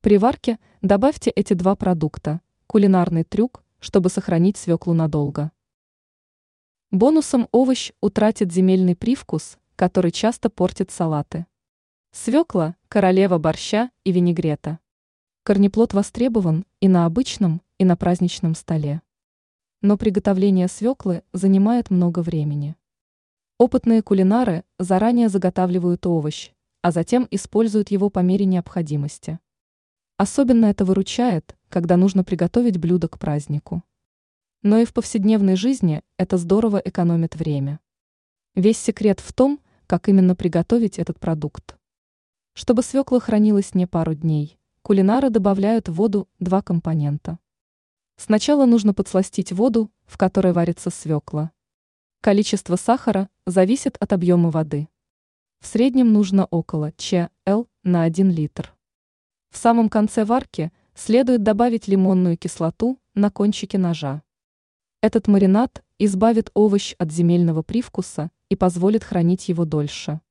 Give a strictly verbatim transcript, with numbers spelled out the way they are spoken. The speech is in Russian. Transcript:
При варке добавьте эти два продукта. Кулинарный трюк, чтобы сохранить свеклу надолго. Бонусом овощ утратит земельный привкус, который часто портит салаты. Свекла – королева борща и винегрета. Корнеплод востребован и на обычном, и на праздничном столе. Но приготовление свеклы занимает много времени. Опытные кулинары заранее заготавливают овощ, а затем используют его по мере необходимости. Особенно это выручает, когда нужно приготовить блюдо к празднику. Но и в повседневной жизни это здорово экономит время. Весь секрет в том, как именно приготовить этот продукт. Чтобы свекла хранилась не пару дней, кулинары добавляют в воду два компонента. Сначала нужно подсластить воду, в которой варится свекла. Количество сахара зависит от объема воды. В среднем нужно около чл на один литр. В самом конце варки следует добавить лимонную кислоту на кончике ножа. Этот маринад избавит овощ от земельного привкуса и позволит хранить его дольше.